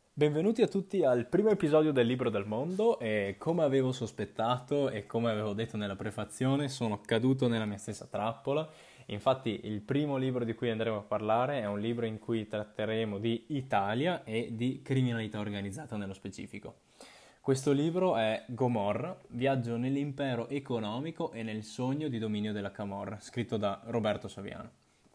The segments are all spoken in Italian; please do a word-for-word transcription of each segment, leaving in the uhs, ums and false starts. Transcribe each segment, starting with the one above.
Benvenuti a tutti al primo episodio del Libro del Mondo e come avevo sospettato e come avevo detto nella prefazione sono caduto nella mia stessa trappola. Infatti il primo libro di cui andremo a parlare è un libro in cui tratteremo di Italia e di criminalità organizzata nello specifico. Questo libro è Gomorra, viaggio nell'impero economico e nel sogno di dominio della Camorra, scritto da Roberto Saviano.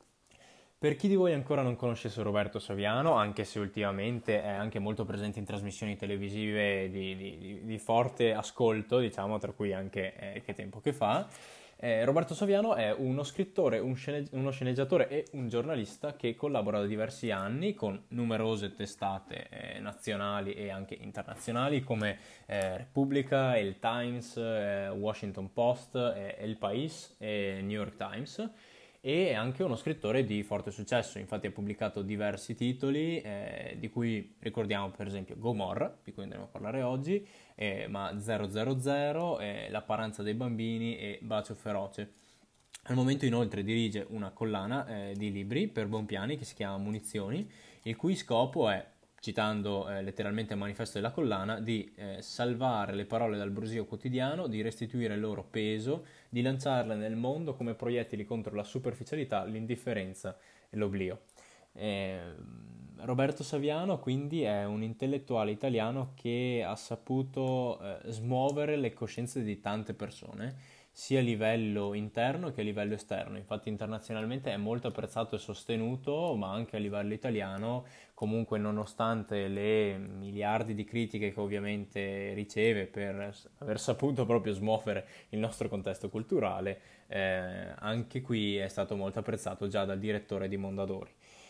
Per chi di voi ancora non conoscesse Roberto Saviano, anche se ultimamente è anche molto presente in trasmissioni televisive di, di- di- di forte ascolto, diciamo, tra cui anche eh, Che tempo che fa, eh, Roberto Saviano è uno scrittore, un scene- uno sceneggiatore e un giornalista che collabora da diversi anni con numerose testate eh, nazionali e anche internazionali come eh, Repubblica, Il Times, eh, Washington Post, eh, El País e New York Times e è anche uno scrittore di forte successo, infatti ha pubblicato diversi titoli, eh, di cui ricordiamo per esempio Gomorra, di cui andremo a parlare oggi, eh, ma zero zero zero, eh, La paranza dei bambini e Bacio feroce. Al momento inoltre dirige una collana eh, di libri per Bonpiani che si chiama Munizioni, il cui scopo è, citando eh, letteralmente il manifesto della collana, di eh, salvare le parole dal brusio quotidiano, di restituire il loro peso, di lanciarle nel mondo come proiettili contro la superficialità, l'indifferenza e l'oblio. Eh, Roberto Saviano quindi è un intellettuale italiano che ha saputo eh, smuovere le coscienze di tante persone, sia a livello interno che a livello esterno. Infatti internazionalmente è molto apprezzato e sostenuto, ma anche a livello italiano, comunque nonostante le miliardi di critiche che ovviamente riceve per aver saputo proprio smuovere il nostro contesto culturale, eh, anche qui è stato molto apprezzato già dal direttore di Mondadori.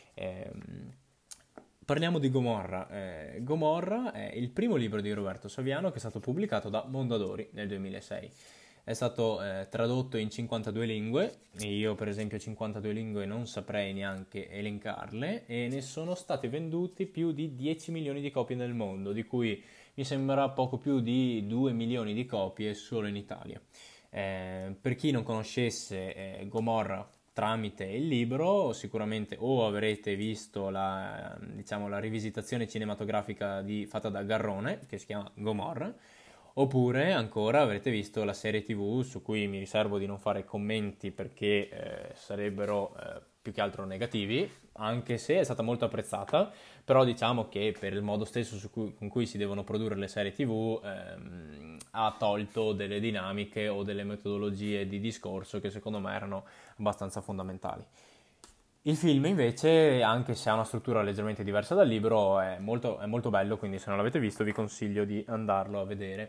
Ehm, Parliamo di Gomorra. Eh, Gomorra è il primo libro di Roberto Saviano che è stato pubblicato da Mondadori nel duemilasei. È stato eh, tradotto in cinquantadue lingue, e io per esempio cinquantadue lingue non saprei neanche elencarle, e ne sono stati venduti più di dieci milioni di copie nel mondo, di cui mi sembra poco più di due milioni di copie solo in Italia. Eh, per chi non conoscesse eh, Gomorra tramite il libro, sicuramente o avrete visto la, diciamo, la rivisitazione cinematografica di, fatta da Garrone, che si chiama Gomorra, oppure ancora avrete visto la serie T V su cui mi riservo di non fare commenti perché eh, sarebbero eh, più che altro negativi, anche se è stata molto apprezzata, però diciamo che per il modo stesso su cui- con cui si devono produrre le serie T V ehm, ha tolto delle dinamiche o delle metodologie di discorso che secondo me erano abbastanza fondamentali. Il film invece, anche se ha una struttura leggermente diversa dal libro, è molto, è molto bello, quindi se non l'avete visto vi consiglio di andarlo a vedere.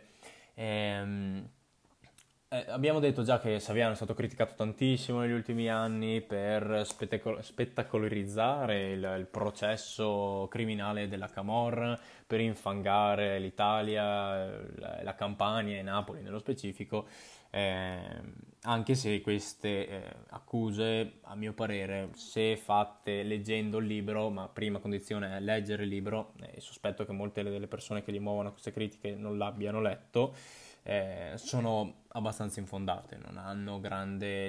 Ehm, eh, abbiamo detto già che Saviano è stato criticato tantissimo negli ultimi anni per spettacol- spettacolarizzare il, il processo criminale della Camorra, per infangare l'Italia, la, la Campania e Napoli nello specifico, eh, anche se queste eh, accuse, a mio parere, se fatte leggendo il libro, ma prima condizione è leggere il libro, e sospetto che molte delle persone che gli muovono queste critiche non l'abbiano letto, eh, sono abbastanza infondate, non hanno grande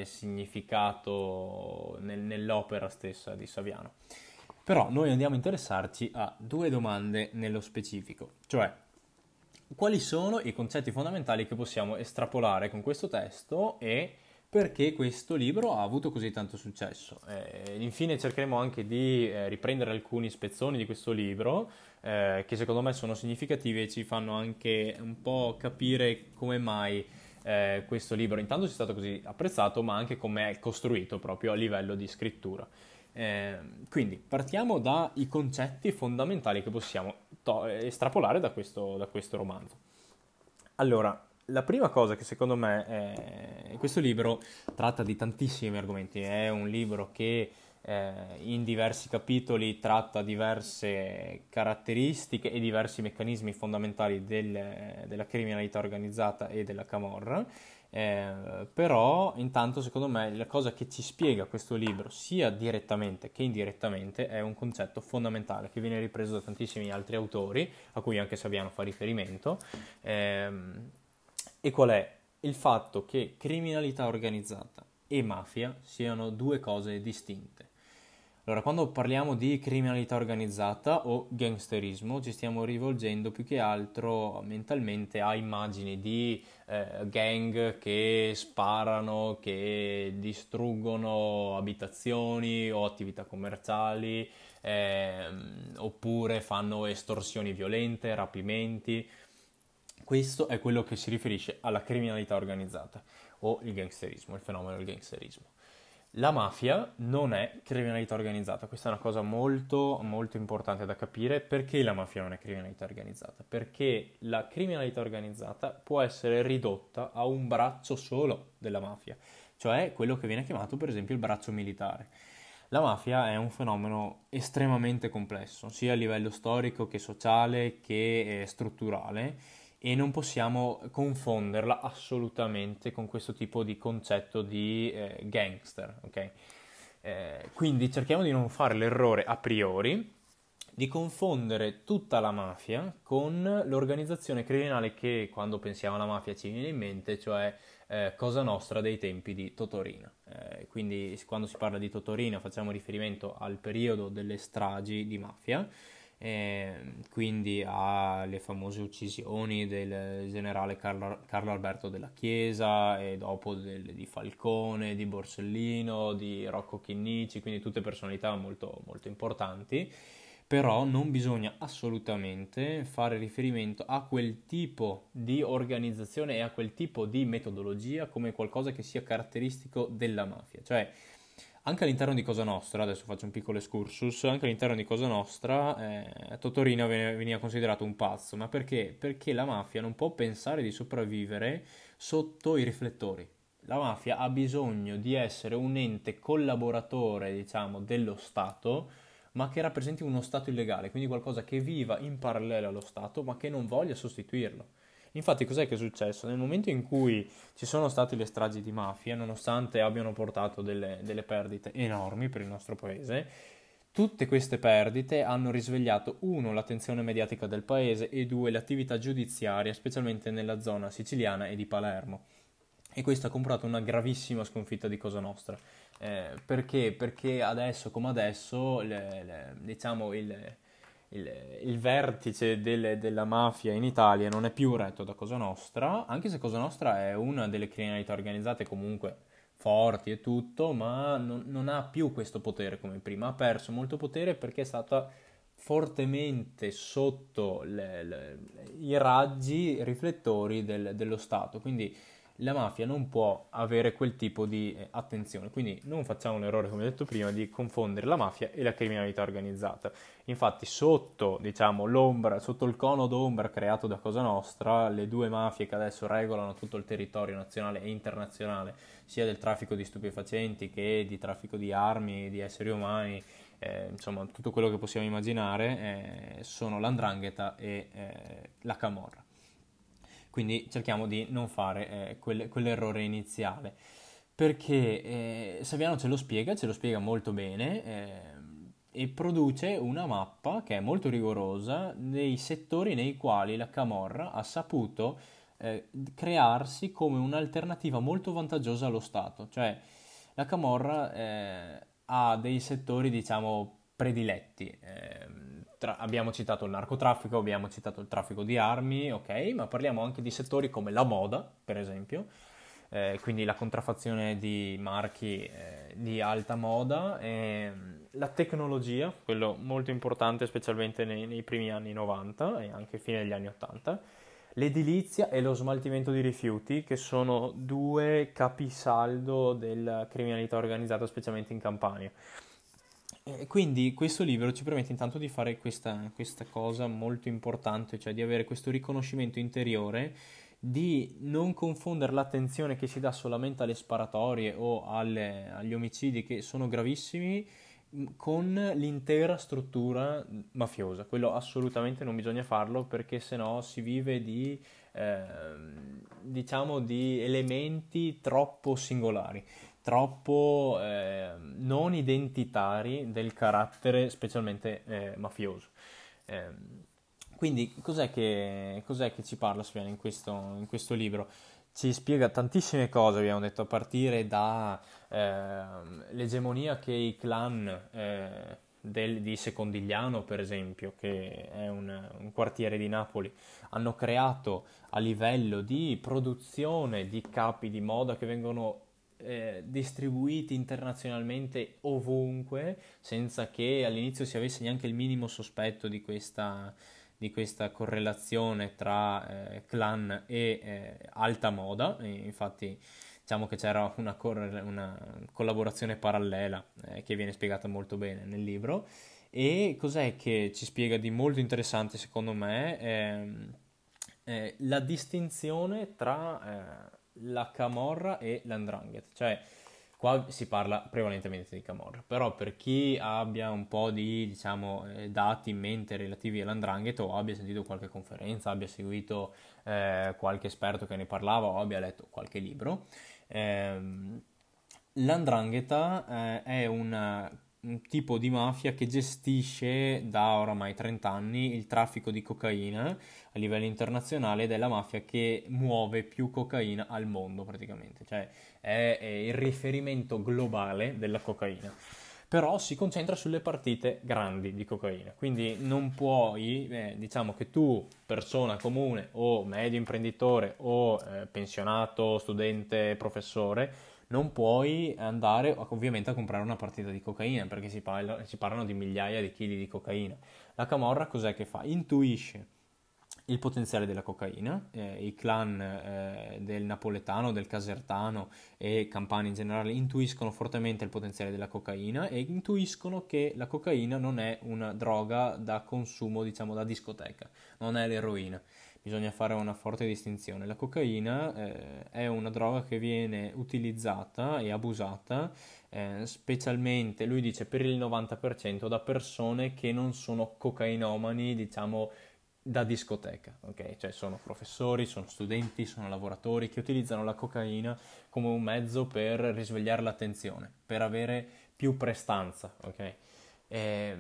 significato nel- nell'opera stessa di Saviano. Però noi andiamo a interessarci a due domande nello specifico, cioè quali sono i concetti fondamentali che possiamo estrapolare con questo testo e perché questo libro ha avuto così tanto successo. Eh, infine cercheremo anche di eh, riprendere alcuni spezzoni di questo libro eh, che secondo me sono significativi e ci fanno anche un po' capire come mai eh, questo libro intanto sia stato così apprezzato, ma anche come è costruito proprio a livello di scrittura. Eh, quindi partiamo dai concetti fondamentali che possiamo to- estrapolare da questo, da questo romanzo. Allora, la prima cosa che secondo me è... questo libro tratta di tantissimi argomenti, è un libro che eh, in diversi capitoli tratta diverse caratteristiche e diversi meccanismi fondamentali del- della criminalità organizzata e della camorra. Eh, però intanto secondo me la cosa che ci spiega questo libro sia direttamente che indirettamente è un concetto fondamentale che viene ripreso da tantissimi altri autori a cui anche Saviano fa riferimento. Ehm, e qual è? Il fatto che criminalità organizzata e mafia siano due cose distinte. Allora, quando parliamo di criminalità organizzata o gangsterismo, ci stiamo rivolgendo più che altro mentalmente a immagini di eh, gang che sparano, che distruggono abitazioni o attività commerciali, ehm, oppure fanno estorsioni violente, rapimenti. Questo è quello che si riferisce alla criminalità organizzata o il gangsterismo, il fenomeno del gangsterismo. La mafia non è criminalità organizzata, questa è una cosa molto molto importante da capire. Perché la mafia non è criminalità organizzata? Perché la criminalità organizzata può essere ridotta a un braccio solo della mafia, cioè quello che viene chiamato per esempio il braccio militare. La mafia è un fenomeno estremamente complesso, sia a livello storico che sociale che eh, strutturale, e non possiamo confonderla assolutamente con questo tipo di concetto di eh, gangster, ok? Eh, quindi cerchiamo di non fare l'errore a priori di confondere tutta la mafia con l'organizzazione criminale che quando pensiamo alla mafia ci viene in mente, cioè eh, Cosa Nostra dei tempi di Totorina. Eh, quindi quando si parla di Totorina facciamo riferimento al periodo delle stragi di mafia, eh, quindi alle famose uccisioni del generale Carlo, Carlo Alberto della Chiesa e dopo del, di Falcone, di Borsellino, di Rocco Chinnici, quindi tutte personalità molto, molto importanti. Però non bisogna assolutamente fare riferimento a quel tipo di organizzazione e a quel tipo di metodologia come qualcosa che sia caratteristico della mafia. Cioè, anche all'interno di Cosa Nostra, adesso faccio un piccolo excursus, anche all'interno di Cosa Nostra eh, Totorino veniva considerato un pazzo, ma perché? Perché la mafia non può pensare di sopravvivere sotto i riflettori. La mafia ha bisogno di essere un ente collaboratore, diciamo, dello Stato, ma che rappresenti uno Stato illegale, quindi qualcosa che viva in parallelo allo Stato, ma che non voglia sostituirlo. Infatti, cos'è che è successo? Nel momento in cui ci sono state le stragi di mafia, nonostante abbiano portato delle, delle perdite enormi per il nostro paese, tutte queste perdite hanno risvegliato, uno, l'attenzione mediatica del paese e due, l'attività giudiziaria, specialmente nella zona siciliana e di Palermo. E questo ha comportato una gravissima sconfitta di Cosa Nostra. Eh, perché? Perché adesso come adesso, le, le, diciamo, il, il, il vertice delle, della mafia in Italia non è più retto da Cosa Nostra, anche se Cosa Nostra è una delle criminalità organizzate comunque forti e tutto, ma non, non ha più questo potere come prima. Ha perso molto potere perché è stata fortemente sotto le, le, i raggi riflettori del, dello Stato. Quindi la mafia non può avere quel tipo di eh, attenzione, quindi non facciamo l'errore, come ho detto prima, di confondere la mafia e la criminalità organizzata. Infatti sotto, diciamo, l'ombra, sotto il cono d'ombra creato da Cosa Nostra, le due mafie che adesso regolano tutto il territorio nazionale e internazionale, sia del traffico di stupefacenti che di traffico di armi, di esseri umani, eh, insomma tutto quello che possiamo immaginare, eh, sono l'Andrangheta e eh, la Camorra. Quindi cerchiamo di non fare eh, quel, quell'errore iniziale, perché eh, Saviano ce lo spiega, ce lo spiega molto bene eh, e produce una mappa che è molto rigorosa dei settori nei quali la Camorra ha saputo eh, crearsi come un'alternativa molto vantaggiosa allo Stato. Cioè la Camorra eh, ha dei settori, diciamo, prediletti. Eh, tra- abbiamo citato il narcotraffico, abbiamo citato il traffico di armi, ok, ma parliamo anche di settori come la moda, per esempio, eh, quindi la contraffazione di marchi eh, di alta moda, e la tecnologia, quello molto importante specialmente nei, nei primi anni novanta e anche fine degli anni ottanta, l'edilizia e lo smaltimento di rifiuti, che sono due capisaldo della criminalità organizzata, specialmente in Campania. E quindi questo libro ci permette intanto di fare questa, questa cosa molto importante, cioè di avere questo riconoscimento interiore, di non confondere l'attenzione che si dà solamente alle sparatorie o alle- agli omicidi che sono gravissimi mh, con l'intera struttura mafiosa. Quello assolutamente non bisogna farlo perché sennò si vive di, ehm, diciamo, di elementi troppo singolari, troppo eh, non identitari del carattere specialmente eh, mafioso. Ehm, Quindi cos'è che, cos'è che ci parla Sofia in questo, in questo libro? Ci spiega tantissime cose, abbiamo detto, a partire da ehm, l'egemonia che i clan eh, del- di Secondigliano, per esempio, che è un, un quartiere di Napoli, hanno creato a livello di produzione di capi di moda che vengono eh, distribuiti internazionalmente ovunque, senza che all'inizio si avesse neanche il minimo sospetto di questa, di questa correlazione tra eh, clan e eh, alta moda. E infatti diciamo che c'era una, corre- una collaborazione parallela eh, che viene spiegata molto bene nel libro. E cos'è che ci spiega di molto interessante secondo me? Ehm, eh, la distinzione tra eh, la camorra e l'andrangheta, cioè qua si parla prevalentemente di camorra, però per chi abbia un po' di diciamo, eh, dati in mente relativi all'andrangheta o abbia sentito qualche conferenza, abbia seguito eh, qualche esperto che ne parlava o abbia letto qualche libro, ehm, l'andrangheta eh, è una- un tipo di mafia che gestisce da oramai trenta anni il traffico di cocaina a livello internazionale ed è la mafia che muove più cocaina al mondo praticamente, cioè è, è il riferimento globale della cocaina. Però si concentra sulle partite grandi di cocaina, quindi non puoi, eh, diciamo che tu, persona comune o medio imprenditore o eh, pensionato, studente, professore, non puoi andare ovviamente a comprare una partita di cocaina perché si, parla, si parlano di migliaia di chili di cocaina. La camorra cos'è che fa? Intuisce il potenziale della cocaina, eh, i clan eh, del napoletano, del casertano e campani in generale intuiscono fortemente il potenziale della cocaina e intuiscono che la cocaina non è una droga da consumo, diciamo, da discoteca, non è l'eroina. Bisogna fare una forte distinzione. La cocaina eh, è una droga che viene utilizzata e abusata eh, specialmente, lui dice, per il novanta per cento da persone che non sono cocainomani, diciamo, da discoteca, ok? Cioè sono professori, sono studenti, sono lavoratori che utilizzano la cocaina come un mezzo per risvegliare l'attenzione, per avere più prestanza, ok? E,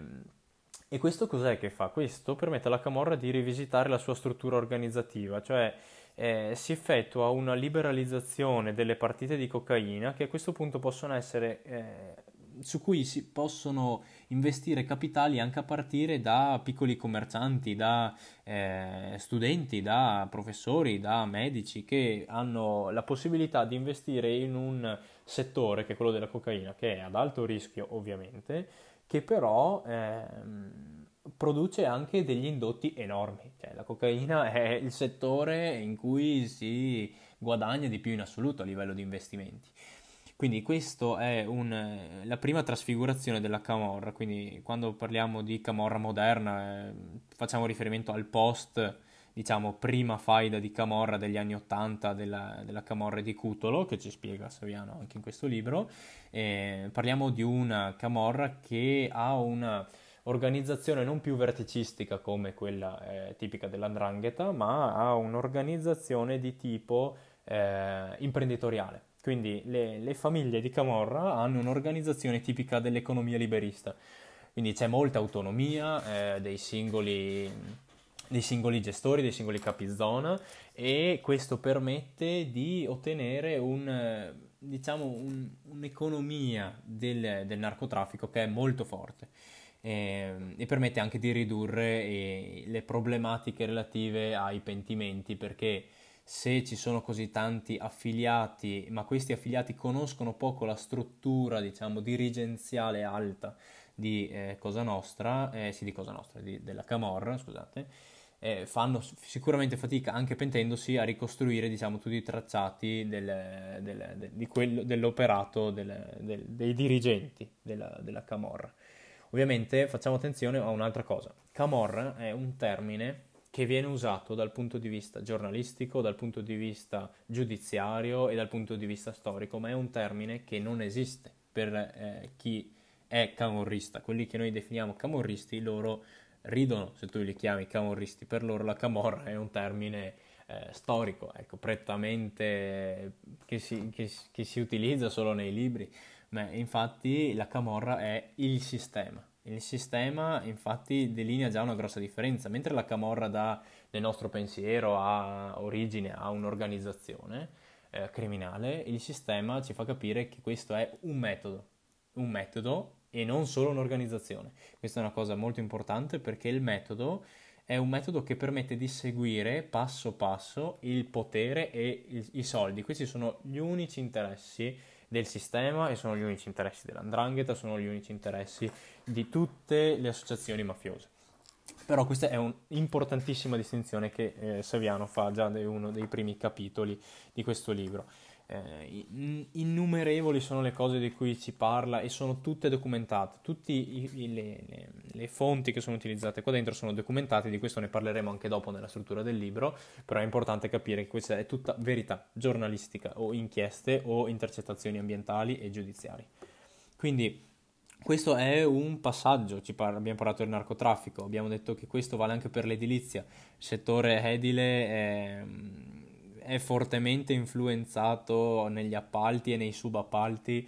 e questo cos'è che fa? Questo permette alla Camorra di rivisitare la sua struttura organizzativa, cioè eh, si effettua una liberalizzazione delle partite di cocaina che a questo punto possono essere, eh, su cui si possono investire capitali anche a partire da piccoli commercianti, da eh, studenti, da professori, da medici che hanno la possibilità di investire in un settore che è quello della cocaina, che è ad alto rischio ovviamente, che però ehm, produce anche degli indotti enormi. Cioè, la cocaina è il settore in cui si guadagna di più in assoluto a livello di investimenti. Quindi questa è un, eh, la prima trasfigurazione della camorra, quindi quando parliamo di camorra moderna eh, facciamo riferimento al post, diciamo, prima faida di camorra degli anni ottanta della, della camorra di Cutolo, che ci spiega Saviano anche in questo libro. Eh, parliamo di una camorra che ha una organizzazione non più verticistica come quella eh, tipica dell'andrangheta, ma ha un'organizzazione di tipo eh, imprenditoriale. Quindi le, le famiglie di Camorra hanno un'organizzazione tipica dell'economia liberista. Quindi c'è molta autonomia eh, dei singoli, dei singoli gestori, dei singoli capizona e questo permette di ottenere un, eh, diciamo, un- un'economia del, del narcotraffico che è molto forte e, e permette anche di ridurre eh, le problematiche relative ai pentimenti perché se ci sono così tanti affiliati, ma questi affiliati conoscono poco la struttura, diciamo, dirigenziale alta di eh, Cosa Nostra, eh, sì, di Cosa Nostra, di- della Camorra, scusate, eh, fanno s- sicuramente fatica, anche pentendosi, a ricostruire, diciamo, tutti i tracciati del- del- del- di quello- dell'operato del- del- dei dirigenti della, della Camorra. Ovviamente facciamo attenzione a un'altra cosa. Camorra è un termine che viene usato dal punto di vista giornalistico, dal punto di vista giudiziario e dal punto di vista storico, ma è un termine che non esiste per eh, chi è camorrista. Quelli che noi definiamo camorristi, loro ridono se tu li chiami camorristi, per loro la camorra è un termine eh, storico, ecco, prettamente che si, che, che si utilizza solo nei libri, ma infatti la camorra è il sistema, Il sistema infatti delinea già una grossa differenza, mentre la camorra dà nel nostro pensiero ha origine a un'organizzazione eh, criminale, il sistema ci fa capire che questo è un metodo, un metodo e non solo un'organizzazione. Questa è una cosa molto importante perché il metodo è un metodo che permette di seguire passo passo il potere e il- i soldi. Questi sono gli unici interessi del sistema e sono gli unici interessi dell'andrangheta, sono gli unici interessi di tutte le associazioni mafiose. Però questa è un'importantissima distinzione che eh, Saviano fa già in uno dei primi capitoli di questo libro. Eh, in- innumerevoli sono le cose di cui si parla e sono tutte documentate. Tutte le, le- le fonti che sono utilizzate qua dentro sono documentate, di questo ne parleremo anche dopo nella struttura del libro, però è importante capire che questa è tutta verità giornalistica o inchieste o intercettazioni ambientali e giudiziarie. Quindi questo è un passaggio, ci par- abbiamo parlato del narcotraffico, abbiamo detto che questo vale anche per l'edilizia, il settore edile è, è fortemente influenzato negli appalti e nei subappalti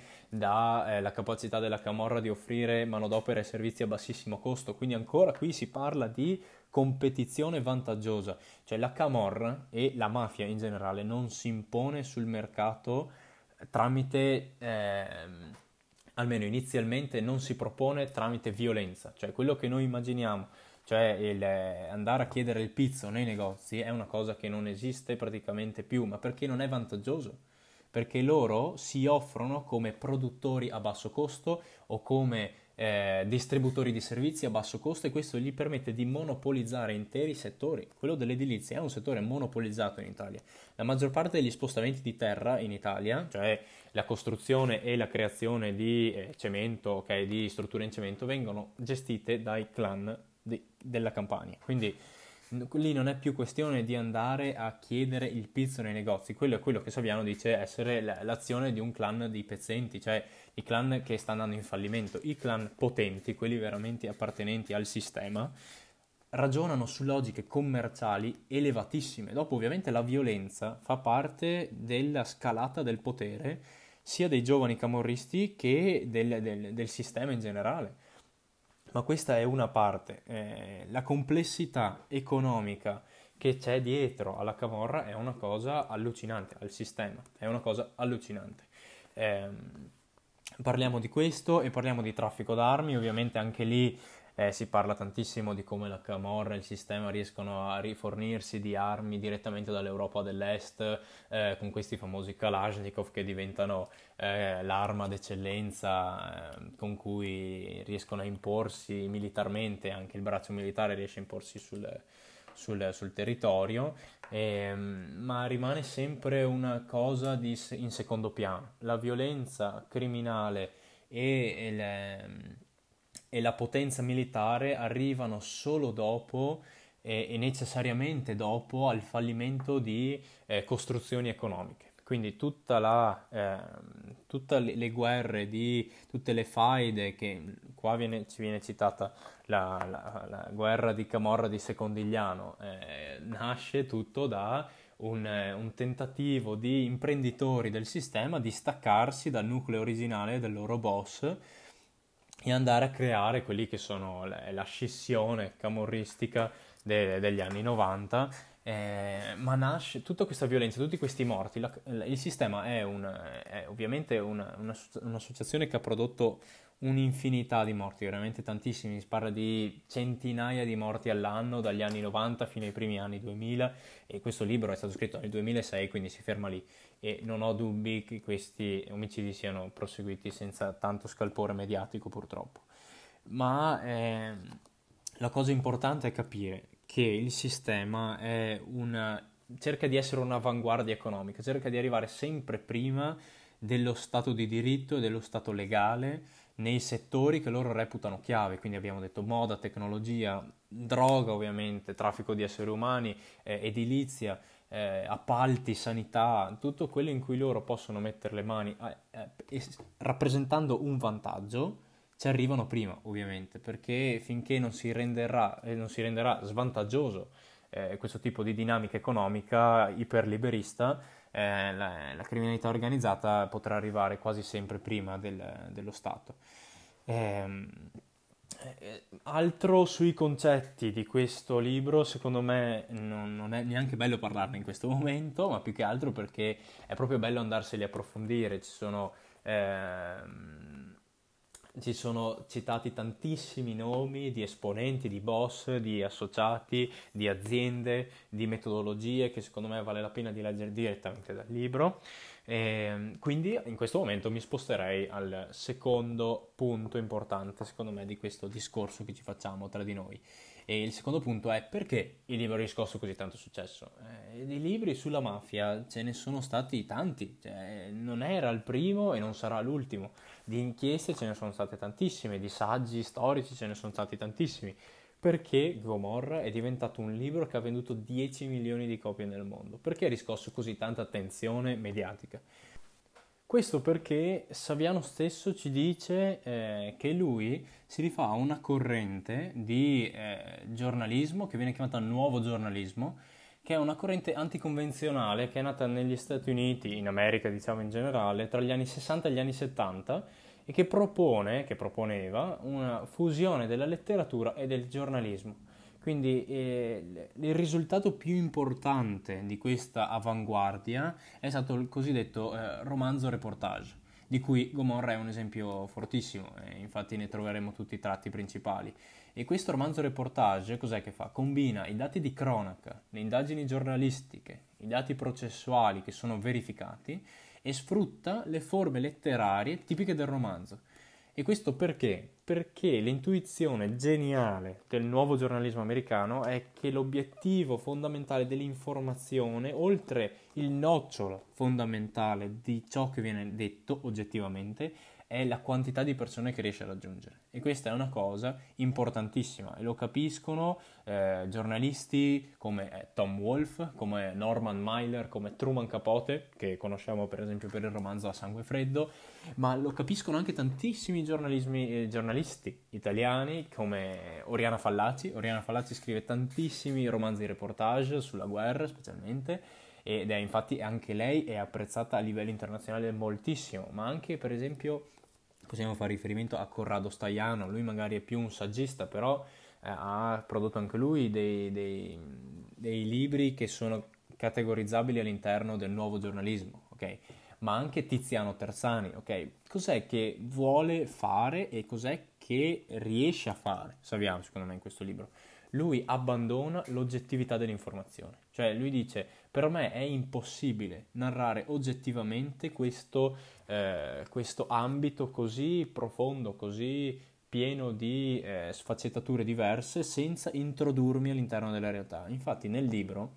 dalla capacità della camorra di offrire manodopera e servizi a bassissimo costo, quindi ancora qui si parla di competizione vantaggiosa, cioè la camorra e la mafia in generale non si impone sul mercato tramite, ehm, almeno inizialmente, non si propone tramite violenza, cioè quello che noi immaginiamo, cioè il, eh, andare a chiedere il pizzo nei negozi è una cosa che non esiste praticamente più, ma perché non è vantaggioso? Perché loro si offrono come produttori a basso costo o come eh, distributori di servizi a basso costo e questo gli permette di monopolizzare interi settori. Quello dell'edilizia è un settore monopolizzato in Italia. La maggior parte degli spostamenti di terra in Italia, cioè la costruzione e la creazione di eh, cemento, ok, di strutture in cemento, vengono gestite dai clan di- della Campania. Quindi n- lì non è più questione di andare a chiedere il pizzo nei negozi, quello è quello che Saviano dice essere l- l'azione di un clan di pezzenti, cioè i clan che sta andando in fallimento. I clan potenti, quelli veramente appartenenti al sistema, ragionano su logiche commerciali elevatissime. Dopo, ovviamente, la violenza fa parte della scalata del potere sia dei giovani camorristi che del, del- del sistema in generale. Ma questa è una parte. Eh, la complessità economica che c'è dietro alla camorra è una cosa allucinante, al sistema, è una cosa allucinante. Ehm, Parliamo di questo e parliamo di traffico d'armi, ovviamente anche lì eh, si parla tantissimo di come la camorra e il sistema riescono a rifornirsi di armi direttamente dall'Europa dell'Est, eh, con questi famosi Kalashnikov che diventano eh, l'arma d'eccellenza eh, con cui riescono a imporsi militarmente, anche il braccio militare riesce a imporsi sul, sul- sul territorio, ehm, ma rimane sempre una cosa di se- in secondo piano. La violenza criminale e, e le- e la potenza militare arrivano solo dopo e, e necessariamente dopo al fallimento di eh, costruzioni economiche. Quindi tutta la, ehm, tutte le, le guerre, di, tutte le faide, che qua viene, ci viene citata la, la- la guerra di Camorra di Secondigliano, eh, nasce tutto da un, eh, un tentativo di imprenditori del sistema di staccarsi dal nucleo originale del loro boss e andare a creare quelli che sono la, la scissione camorristica de- degli anni novanta. Eh, ma nasce tutta questa violenza, tutti questi morti. La- il sistema è, un, è ovviamente una- una- un'associazione che ha prodotto un'infinità di morti, veramente tantissimi. Si parla di centinaia di morti all'anno dagli anni novanta fino ai primi anni duemila e questo libro è stato scritto nel duemilasei, quindi si ferma lì e non ho dubbi che questi omicidi siano proseguiti senza tanto scalpore mediatico purtroppo. Ma ehm, la cosa importante è capire che il sistema è una, cerca di essere un'avanguardia economica, cerca di arrivare sempre prima dello stato di diritto e dello stato legale nei settori che loro reputano chiave, quindi abbiamo detto moda, tecnologia, droga ovviamente, traffico di esseri umani, eh, edilizia, eh, appalti, sanità, tutto quello in cui loro possono mettere le mani eh, eh, e s- rappresentando un vantaggio, ci arrivano prima ovviamente, perché finché non si renderà, eh, non si renderà svantaggioso eh, questo tipo di dinamica economica iperliberista, eh, la, la criminalità organizzata potrà arrivare quasi sempre prima del- dello Stato. Ehm, Eh, altro sui concetti di questo libro, secondo me non, non è neanche bello parlarne in questo momento, ma più che altro perché è proprio bello andarseli a approfondire. Ci sono, ehm, ci sono citati tantissimi nomi di esponenti, di boss, di associati, di aziende, di metodologie che secondo me vale la pena di leggere direttamente dal libro. E quindi in questo momento mi sposterei al secondo punto importante, secondo me, di questo discorso che ci facciamo tra di noi. E il secondo punto è perché il libro ha riscosso così tanto successo. Eh, di libri sulla mafia ce ne sono stati tanti, cioè, non era il primo e non sarà l'ultimo. Di inchieste ce ne sono state tantissime, di saggi storici ce ne sono stati tantissimi. Perché Gomorra è diventato un libro che ha venduto dieci milioni di copie nel mondo? Perché ha riscosso così tanta attenzione mediatica? Questo perché Saviano stesso ci dice eh, che lui si rifà a una corrente di eh, giornalismo che viene chiamata nuovo giornalismo, che è una corrente anticonvenzionale che è nata negli Stati Uniti, in America diciamo in generale, tra gli anni sessanta e gli anni settanta e che propone, che proponeva una fusione della letteratura e del giornalismo. Quindi eh, il risultato più importante di questa avanguardia è stato il cosiddetto eh, romanzo reportage, di cui Gomorra è un esempio fortissimo, e infatti ne troveremo tutti i tratti principali. E questo romanzo reportage cos'è che fa? Combina i dati di cronaca, le indagini giornalistiche, i dati processuali che sono verificati e sfrutta le forme letterarie tipiche del romanzo. E questo perché? Perché l'intuizione geniale del nuovo giornalismo americano è che l'obiettivo fondamentale dell'informazione, oltre il nocciolo fondamentale di ciò che viene detto oggettivamente, è la quantità di persone che riesce a raggiungere. E questa è una cosa importantissima e lo capiscono eh, giornalisti come eh, Tom Wolfe, come Norman Mailer, come Truman Capote, che conosciamo per esempio per il romanzo A Sangue Freddo, ma lo capiscono anche tantissimi eh, giornalisti italiani come Oriana Fallaci. Oriana Fallaci scrive tantissimi romanzi reportage sulla guerra specialmente, ed è infatti anche lei è apprezzata a livello internazionale moltissimo, ma anche per esempio possiamo fare riferimento a Corrado Staiano, lui magari è più un saggista, però eh, ha prodotto anche lui dei, dei, dei libri che sono categorizzabili all'interno del nuovo giornalismo, ok? Ma anche Tiziano Terzani, ok? Cos'è che vuole fare e cos'è che riesce a fare, Saviano, secondo me, in questo libro? Lui abbandona l'oggettività dell'informazione, cioè lui dice per me è impossibile narrare oggettivamente questo, eh, questo ambito così profondo, così pieno di eh, sfaccettature diverse senza introdurmi all'interno della realtà. Infatti nel libro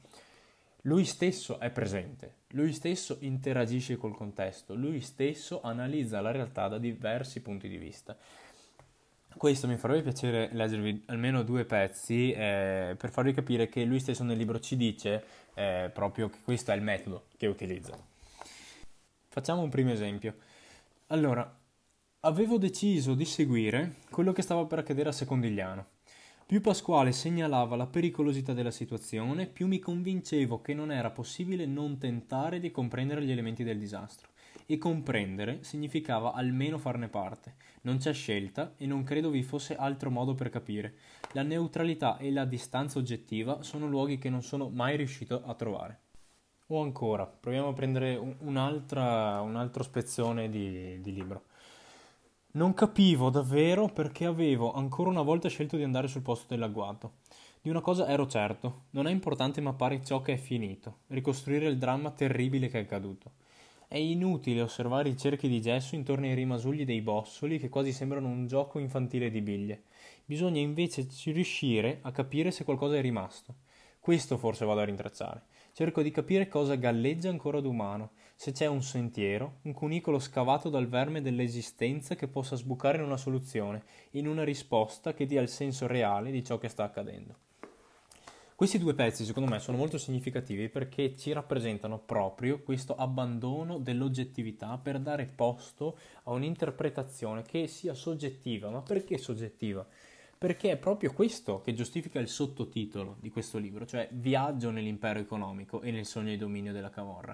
lui stesso è presente, lui stesso interagisce col contesto, lui stesso analizza la realtà da diversi punti di vista. Questo mi farebbe piacere leggervi almeno due pezzi eh, per farvi capire che lui stesso nel libro ci dice eh, proprio che questo è il metodo che utilizza. Facciamo un primo esempio. Allora, avevo deciso di seguire quello che stava per accadere a Secondigliano. Più Pasquale segnalava la pericolosità della situazione, più mi convincevo che non era possibile non tentare di comprendere gli elementi del disastro. E comprendere significava almeno farne parte. Non c'è scelta e non credo vi fosse altro modo per capire. La neutralità e la distanza oggettiva sono luoghi che non sono mai riuscito a trovare. O ancora, proviamo a prendere un'altra, un altro spezzone di, di libro. Non capivo davvero perché avevo ancora una volta scelto di andare sul posto dell'agguato. Di una cosa ero certo, non è importante mappare ciò che è finito, ricostruire il dramma terribile che è accaduto. È inutile osservare i cerchi di gesso intorno ai rimasugli dei bossoli che quasi sembrano un gioco infantile di biglie. Bisogna invece riuscire a capire se qualcosa è rimasto. Questo forse vado a rintracciare. Cerco di capire cosa galleggia ancora d'umano, se c'è un sentiero, un cunicolo scavato dal verme dell'esistenza che possa sbucare in una soluzione, in una risposta che dia il senso reale di ciò che sta accadendo. Questi due pezzi secondo me sono molto significativi perché ci rappresentano proprio questo abbandono dell'oggettività per dare posto a un'interpretazione che sia soggettiva. Ma perché soggettiva? Perché è proprio questo che giustifica il sottotitolo di questo libro, cioè Viaggio nell'impero economico e nel sogno di dominio della Camorra.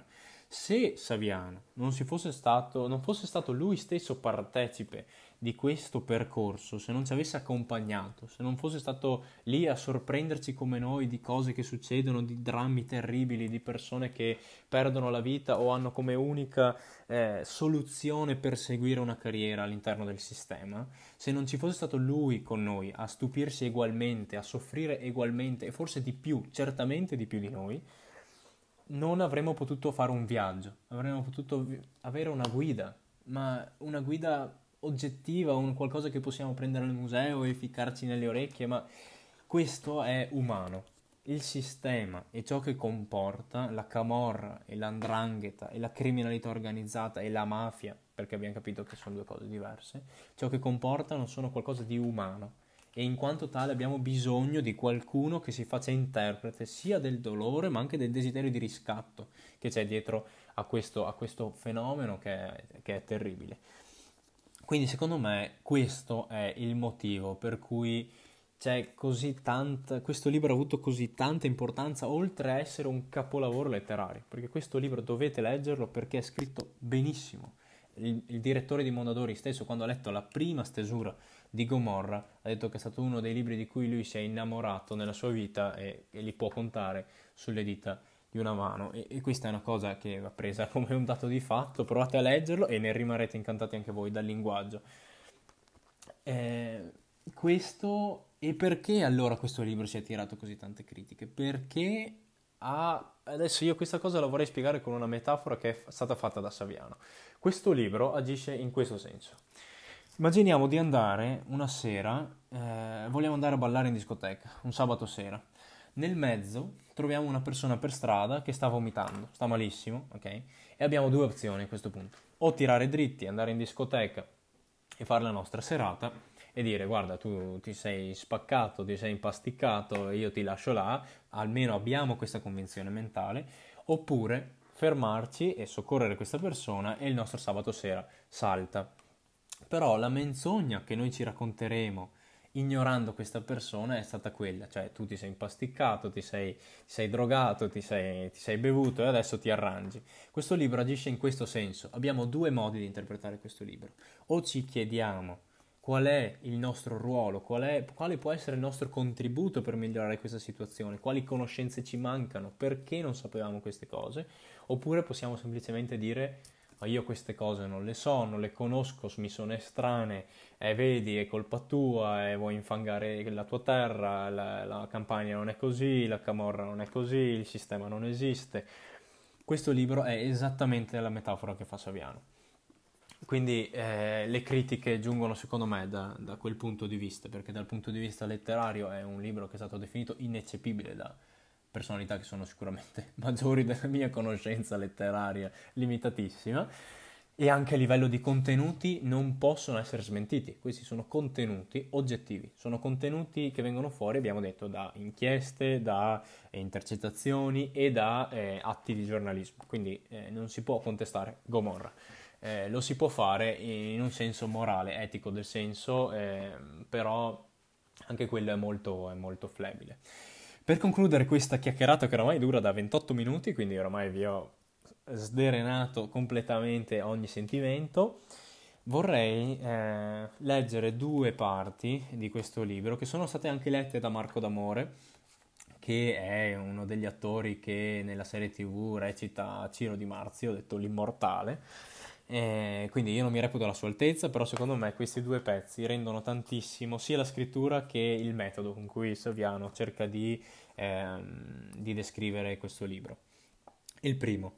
Se Saviano non si fosse stato, non fosse stato lui stesso partecipe di questo percorso, se non ci avesse accompagnato, se non fosse stato lì a sorprenderci come noi di cose che succedono, di drammi terribili, di persone che perdono la vita o hanno come unica eh, soluzione perseguire una carriera all'interno del sistema, se non ci fosse stato lui con noi a stupirsi egualmente, a soffrire egualmente e forse di più, certamente di più di noi, non avremmo potuto fare un viaggio, avremmo potuto vi- avere una guida, ma una guida oggettiva, un qualcosa che possiamo prendere al museo e ficcarci nelle orecchie, ma questo è umano. Il sistema e ciò che comporta la camorra e l'andrangheta e la criminalità organizzata e la mafia, perché abbiamo capito che sono due cose diverse, ciò che comportano sono qualcosa di umano e in quanto tale abbiamo bisogno di qualcuno che si faccia interprete sia del dolore ma anche del desiderio di riscatto che c'è dietro a questo, a questo fenomeno che è, che è terribile. Quindi secondo me questo è il motivo per cui c'è così tanta, questo libro ha avuto così tanta importanza oltre a essere un capolavoro letterario, perché questo libro dovete leggerlo perché è scritto benissimo. Il, il direttore di Mondadori stesso, quando ha letto la prima stesura di Gomorra, ha detto che è stato uno dei libri di cui lui si è innamorato nella sua vita e, e li può contare sulle dita di una mano. E, e questa è una cosa che va presa come un dato di fatto. Provate a leggerlo e ne rimarrete incantati anche voi dal linguaggio. Eh, questo e perché allora questo libro si è attirato così tante critiche? Perché ha... Adesso io questa cosa la vorrei spiegare con una metafora che è stata fatta da Saviano. Questo libro agisce in questo senso. Immaginiamo di andare una sera, eh, vogliamo andare a ballare in discoteca, un sabato sera. Nel mezzo troviamo una persona per strada che sta vomitando, sta malissimo, ok? E abbiamo due opzioni a questo punto. O tirare dritti, andare in discoteca e fare la nostra serata e dire guarda tu ti sei spaccato, ti sei impasticcato, io ti lascio là, almeno abbiamo questa convinzione mentale, oppure fermarci e soccorrere questa persona e il nostro sabato sera salta. Però la menzogna che noi ci racconteremo ignorando questa persona è stata quella, cioè tu ti sei impasticcato, ti sei, ti sei drogato, ti sei, ti sei bevuto e adesso ti arrangi. Questo libro agisce in questo senso. Abbiamo due modi di interpretare questo libro. O ci chiediamo qual è il nostro ruolo, qual è, quale può essere il nostro contributo per migliorare questa situazione, quali conoscenze ci mancano, perché non sapevamo queste cose, oppure possiamo semplicemente dire ma io queste cose non le so, non le conosco, mi sono estranee, eh, vedi, è colpa tua, e vuoi infangare la tua terra, la, la campagna non è così, la camorra non è così, il sistema non esiste. Questo libro è esattamente la metafora che fa Saviano. Quindi eh, le critiche giungono secondo me da, da quel punto di vista, perché dal punto di vista letterario è un libro che è stato definito ineccepibile da personalità che sono sicuramente maggiori della mia conoscenza letteraria limitatissima, e anche a livello di contenuti non possono essere smentiti. Questi sono contenuti oggettivi, sono contenuti che vengono fuori, abbiamo detto, da inchieste, da eh, intercettazioni e da eh, atti di giornalismo, quindi eh, non si può contestare Gomorra. Eh, lo si può fare in un senso morale, etico del senso, eh, però anche quello è molto, è molto flebile. Per concludere questa chiacchierata che oramai dura da ventotto minuti, quindi oramai vi ho sdrenato completamente ogni sentimento, vorrei eh, leggere due parti di questo libro che sono state anche lette da Marco D'Amore, che è uno degli attori che nella serie tivù recita Ciro Di Marzio, detto l'immortale. Eh, quindi io non mi reputo alla sua altezza, però secondo me questi due pezzi rendono tantissimo sia la scrittura che il metodo con cui Saviano cerca di, ehm, di descrivere questo libro. Il primo.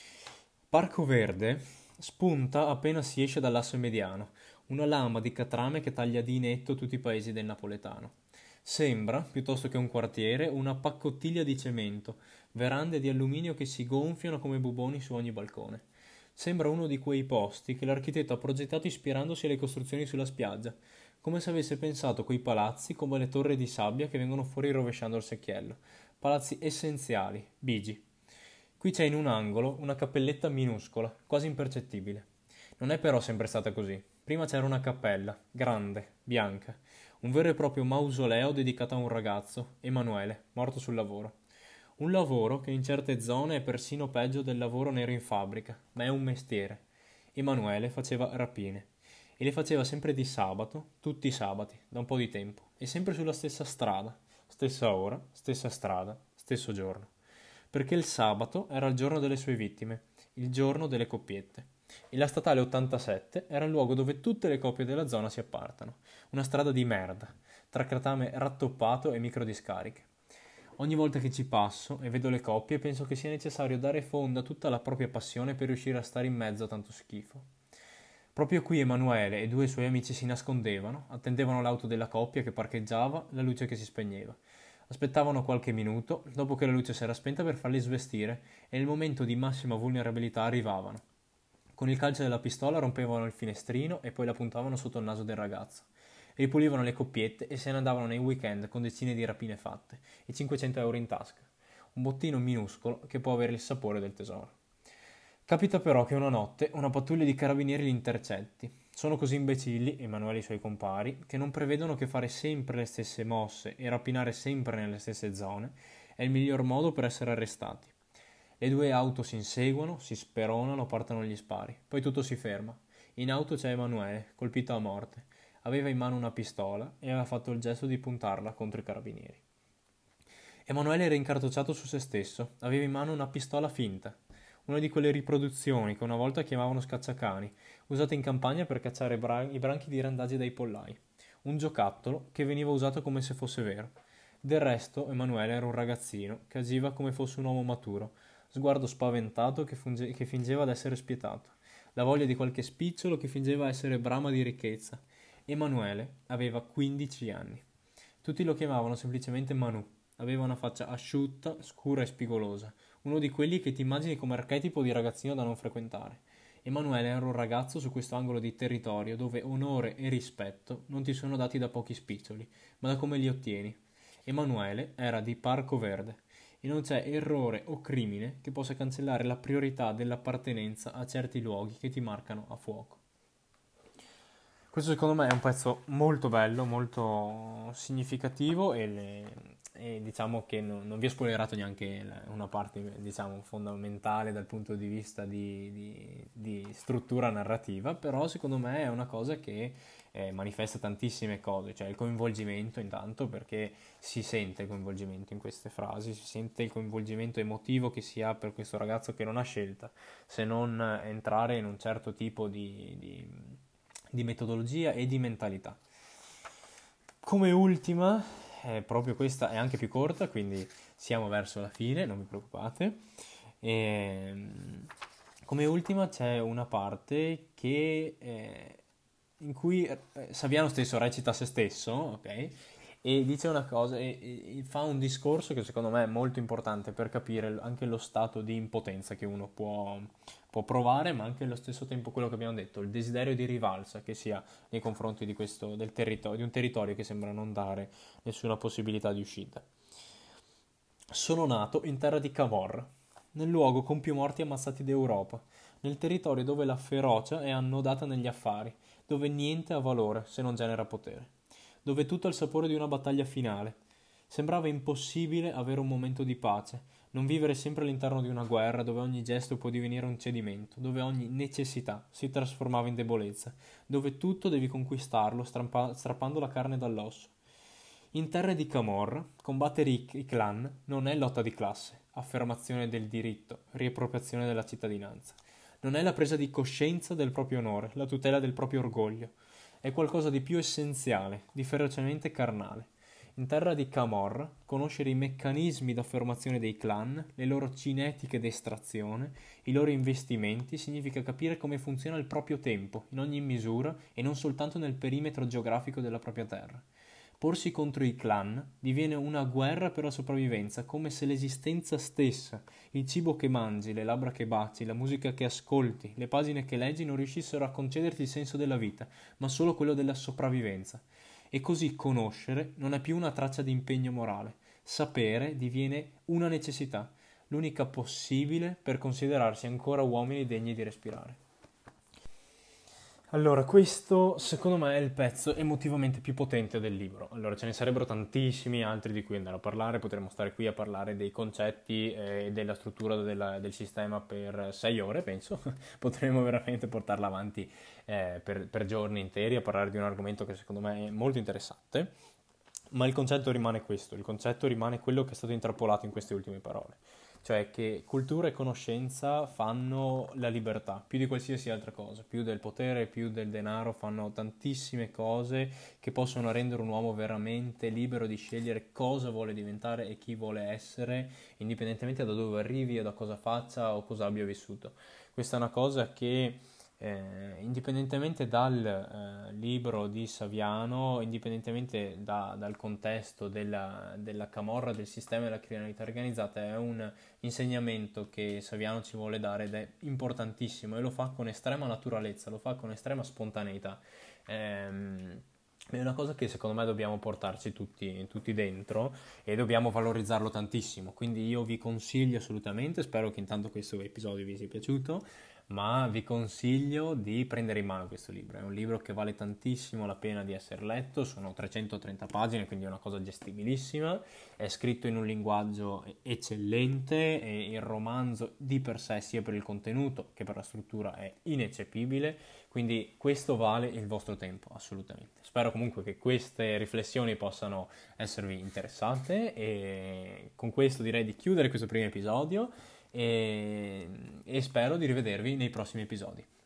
Parco Verde spunta appena si esce dall'asse mediano, una lama di catrame che taglia di netto tutti i paesi del napoletano. Sembra, piuttosto che un quartiere, una paccottiglia di cemento, verande di alluminio che si gonfiano come buboni su ogni balcone. Sembra uno di quei posti che l'architetto ha progettato ispirandosi alle costruzioni sulla spiaggia, come se avesse pensato quei palazzi come le torri di sabbia che vengono fuori rovesciando il secchiello. Palazzi essenziali, bigi. Qui c'è in un angolo una cappelletta minuscola, quasi impercettibile. Non è però sempre stata così. Prima c'era una cappella, grande, bianca, un vero e proprio mausoleo dedicato a un ragazzo, Emanuele, morto sul lavoro. Un lavoro che in certe zone è persino peggio del lavoro nero in fabbrica, ma è un mestiere. Emanuele faceva rapine e le faceva sempre di sabato, tutti i sabati, da un po' di tempo, e sempre sulla stessa strada, stessa ora, stessa strada, stesso giorno. Perché il sabato era il giorno delle sue vittime, il giorno delle coppiette. E la statale ottantasette era il luogo dove tutte le coppie della zona si appartano. Una strada di merda, tra cratame rattoppato e microdiscariche. Ogni volta che ci passo e vedo le coppie penso che sia necessario dare fondo a tutta la propria passione per riuscire a stare in mezzo a tanto schifo. Proprio qui Emanuele e due suoi amici si nascondevano, attendevano l'auto della coppia che parcheggiava, la luce che si spegneva. Aspettavano qualche minuto, dopo che la luce si era spenta, per farli svestire, e nel momento di massima vulnerabilità arrivavano. Con il calcio della pistola rompevano il finestrino e poi la puntavano sotto il naso del ragazzo. Ripulivano le coppiette e se ne andavano nei weekend con decine di rapine fatte e cinquecento euro in tasca. Un bottino minuscolo che può avere il sapore del tesoro. Capita però che una notte una pattuglia di carabinieri li intercetti. Sono così imbecilli, Emanuele e i suoi compari, che non prevedono che fare sempre le stesse mosse e rapinare sempre nelle stesse zone è il miglior modo per essere arrestati. Le due auto si inseguono, si speronano, partono gli spari. Poi tutto si ferma. In auto c'è Emanuele, colpito a morte. Aveva in mano una pistola e aveva fatto il gesto di puntarla contro i carabinieri. Emanuele era incartocciato su se stesso. Aveva in mano una pistola finta. Una di quelle riproduzioni che una volta chiamavano scacciacani, usate in campagna per cacciare bra- i branchi di randagi dai pollai. Un giocattolo che veniva usato come se fosse vero. Del resto, Emanuele era un ragazzino che agiva come fosse un uomo maturo, sguardo spaventato che, funge- che fingeva d'essere spietato, la voglia di qualche spicciolo che fingeva essere brama di ricchezza. Emanuele aveva quindici anni. Tutti lo chiamavano semplicemente Manu. Aveva una faccia asciutta, scura e spigolosa, uno di quelli che ti immagini come archetipo di ragazzino da non frequentare. Emanuele era un ragazzo su questo angolo di territorio dove onore e rispetto non ti sono dati da pochi spiccioli, ma da come li ottieni. Emanuele era di Parco Verde e non c'è errore o crimine che possa cancellare la priorità dell'appartenenza a certi luoghi che ti marcano a fuoco. Questo secondo me è un pezzo molto bello, molto significativo e, le- e diciamo che non, non vi ho spoilerato neanche la- una parte, diciamo, fondamentale dal punto di vista di, di- di struttura narrativa, però secondo me è una cosa che eh, manifesta tantissime cose, cioè il coinvolgimento intanto, perché si sente il coinvolgimento in queste frasi, si sente il coinvolgimento emotivo che si ha per questo ragazzo che non ha scelta se non entrare in un certo tipo di di- di metodologia e di mentalità. Come ultima, eh, proprio questa è anche più corta, quindi siamo verso la fine, non vi preoccupate. Ehm, come ultima c'è una parte che, eh, in cui eh, Saviano stesso recita se stesso, ok? E dice una cosa, e, e fa un discorso che secondo me è molto importante per capire anche lo stato di impotenza che uno può, può provare, ma anche allo stesso tempo quello che abbiamo detto, il desiderio di rivalsa che si ha nei confronti di questo, del territorio, di un territorio che sembra non dare nessuna possibilità di uscita. Sono nato in terra di Cavour, nel luogo con più morti ammazzati d'Europa, nel territorio dove la ferocia è annodata negli affari, dove niente ha valore se non genera potere, dove tutto ha il sapore di una battaglia finale. Sembrava impossibile avere un momento di pace, non vivere sempre all'interno di una guerra dove ogni gesto può divenire un cedimento, dove ogni necessità si trasformava in debolezza, dove tutto devi conquistarlo strampa- strappando la carne dall'osso. In terra di Camorra, combattere i, i clan non è lotta di classe, affermazione del diritto, riappropriazione della cittadinanza. Non è la presa di coscienza del proprio onore, la tutela del proprio orgoglio. È qualcosa di più essenziale, di ferocemente carnale. In terra di Camorra, conoscere i meccanismi d'affermazione dei clan, le loro cinetiche d'estrazione, i loro investimenti, significa capire come funziona il proprio tempo, in ogni misura e non soltanto nel perimetro geografico della propria terra. Porsi contro i clan diviene una guerra per la sopravvivenza, come se l'esistenza stessa, il cibo che mangi, le labbra che baci, la musica che ascolti, le pagine che leggi non riuscissero a concederti il senso della vita, ma solo quello della sopravvivenza. E così conoscere non è più una traccia di impegno morale. Sapere diviene una necessità, l'unica possibile per considerarsi ancora uomini degni di respirare. Allora, questo secondo me è il pezzo emotivamente più potente del libro. Allora, ce ne sarebbero tantissimi altri di cui andare a parlare, potremmo stare qui a parlare dei concetti eh, e della struttura della- del sistema per sei ore, penso. Potremmo veramente portarla avanti eh, per, per giorni interi a parlare di un argomento che secondo me è molto interessante. Ma il concetto rimane questo, il concetto rimane quello che è stato intrappolato in queste ultime parole, cioè che cultura e conoscenza fanno la libertà, più di qualsiasi altra cosa, più del potere, più del denaro, fanno tantissime cose che possono rendere un uomo veramente libero di scegliere cosa vuole diventare e chi vuole essere, indipendentemente da dove arrivi e da cosa faccia o cosa abbia vissuto. Questa è una cosa che eh, indipendentemente dal eh, libro di Saviano, indipendentemente da- dal contesto della, della camorra, del sistema della criminalità organizzata, è un insegnamento che Saviano ci vuole dare ed è importantissimo e lo fa con estrema naturalezza, lo fa con estrema spontaneità. Ehm, è una cosa che secondo me dobbiamo portarci tutti, tutti dentro e dobbiamo valorizzarlo tantissimo. Quindi io vi consiglio assolutamente, spero che intanto questo episodio vi sia piaciuto, ma vi consiglio di prendere in mano questo libro. È un libro che vale tantissimo la pena di essere letto, sono trecentotrenta pagine, quindi è una cosa gestibilissima, è scritto in un linguaggio eccellente e il romanzo di per sé, sia per il contenuto che per la struttura, è ineccepibile, quindi questo vale il vostro tempo, assolutamente. Spero comunque che queste riflessioni possano esservi interessanti e con questo direi di chiudere questo primo episodio e, e spero di rivedervi nei prossimi episodi.